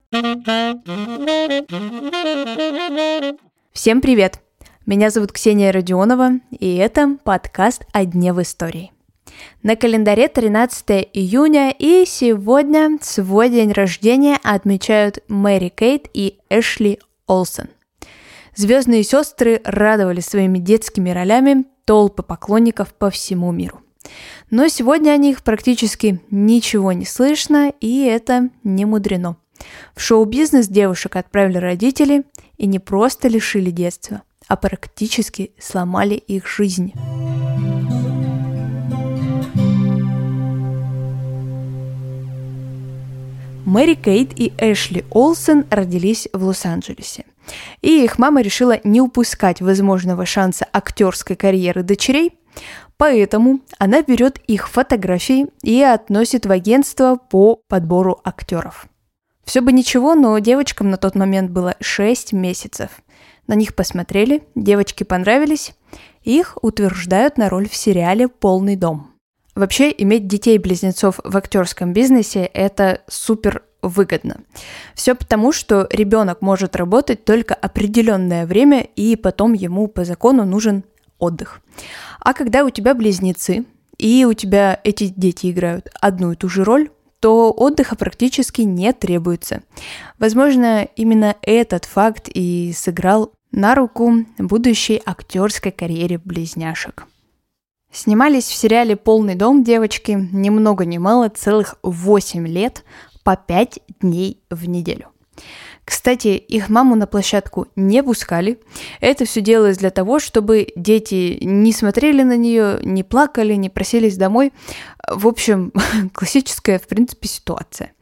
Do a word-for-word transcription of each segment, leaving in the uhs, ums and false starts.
Всем привет! Меня зовут Ксения Родионова, и это подкаст «О дне в истории». На календаре тринадцатое июня, и сегодня свой день рождения отмечают Мэри Кейт и Эшли Олсен. Звездные сестры радовали своими детскими ролями толпы поклонников по всему миру. Но сегодня о них практически ничего не слышно, и это не мудрено. В шоу-бизнес девушек отправили родители и не просто лишили детства, а практически сломали их жизнь. Мэри Кейт и Эшли Олсен родились в Лос-Анджелесе. И их мама решила не упускать возможного шанса актерской карьеры дочерей, поэтому она берет их фотографии и относит в агентство по подбору актеров. Все бы ничего, но девочкам на тот момент было шесть месяцев. На них посмотрели, девочки понравились, их утверждают на роль в сериале «Полный дом». Вообще, иметь детей-близнецов в актерском бизнесе – это супер выгодно. Все потому, что ребенок может работать только определенное время, и потом ему по закону нужен отдых. А когда у тебя близнецы, и у тебя эти дети играют одну и ту же роль, то отдыха практически не требуется. Возможно, именно этот факт и сыграл на руку будущей актерской карьере близняшек. Снимались в сериале «Полный дом» девочки ни много ни мало целых восемь лет по пять дней в неделю. Кстати, их маму на площадку не пускали. Это все делалось для того, чтобы дети не смотрели на нее, не плакали, не просились домой. В общем, классическая, в принципе, ситуация.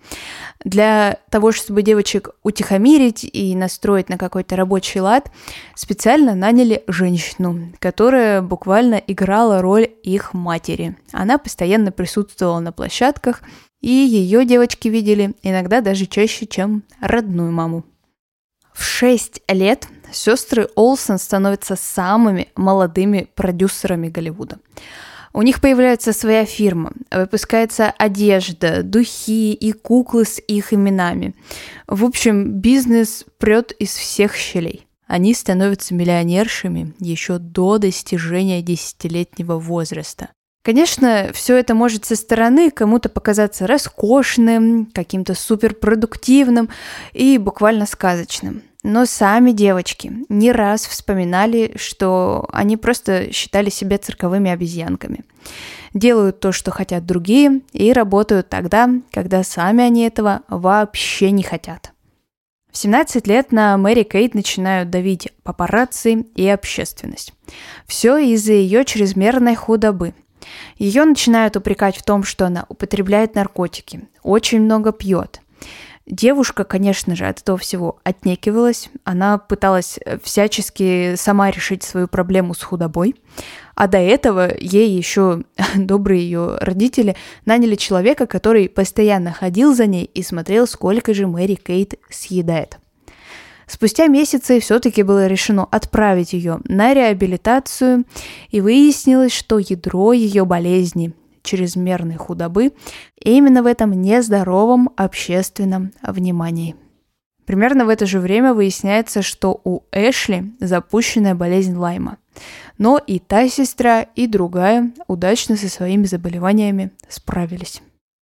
Для того, чтобы девочек утихомирить и настроить на какой-то рабочий лад, специально наняли женщину, которая буквально играла роль их матери. Она постоянно присутствовала на площадках, и ее девочки видели иногда даже чаще, чем родную маму. В шесть лет сестры Олсен становятся самыми молодыми продюсерами Голливуда. У них появляется своя фирма, выпускается одежда, духи и куклы с их именами. В общем, бизнес прет из всех щелей. Они становятся миллионершами еще до достижения десятилетнего возраста. Конечно, все это может со стороны кому-то показаться роскошным, каким-то суперпродуктивным и буквально сказочным. Но сами девочки не раз вспоминали, что они просто считали себя цирковыми обезьянками. Делают то, что хотят другие, и работают тогда, когда сами они этого вообще не хотят. В семнадцать лет на Мэри Кейт начинают давить папарацци и общественность. Все из-за ее чрезмерной худобы. Ее начинают упрекать в том, что она употребляет наркотики, очень много пьет. Девушка, конечно же, от этого всего отнекивалась. Она пыталась всячески сама решить свою проблему с худобой. А до этого ей еще добрые ее родители наняли человека, который постоянно ходил за ней и смотрел, сколько же Мэри Кейт съедает. Спустя месяцы все-таки было решено отправить ее на реабилитацию, и выяснилось, что ядро ее болезни – чрезмерной худобы именно в этом нездоровом общественном внимании. Примерно в это же время выясняется, что у Эшли запущенная болезнь Лайма. Но и та сестра, и другая удачно со своими заболеваниями справились.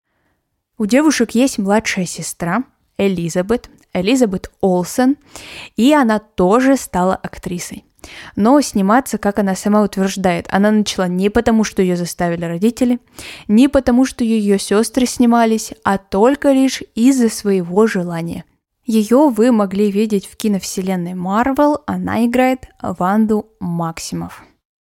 У девушек есть младшая сестра Элизабет, Элизабет Олсен, и она тоже стала актрисой. Но сниматься, как она сама утверждает, она начала не потому, что ее заставили родители, не потому, что ее сестры снимались, а только лишь из-за своего желания. Ее вы могли видеть в киновселенной Marvel, она играет Ванду Максимов.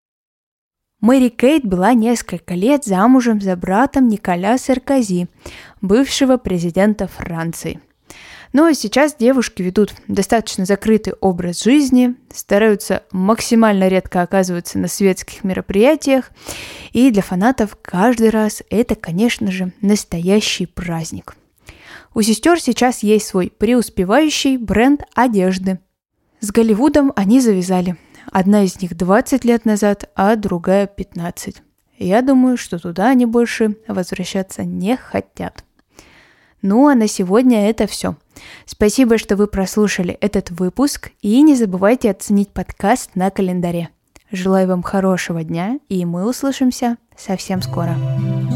Мэри Кейт была несколько лет замужем за братом Николя Саркози, бывшего президента Франции. Но сейчас девушки ведут достаточно закрытый образ жизни, стараются максимально редко оказываться на светских мероприятиях, и для фанатов каждый раз это, конечно же, настоящий праздник. У сестер сейчас есть свой преуспевающий бренд одежды. С Голливудом они завязали. Одна из них двадцать лет назад, а другая пятнадцать. Я думаю, что туда они больше возвращаться не хотят. Ну а на сегодня это все. Спасибо, что вы прослушали этот выпуск, и не забывайте оценить подкаст на календаре. Желаю вам хорошего дня, и мы услышимся совсем скоро.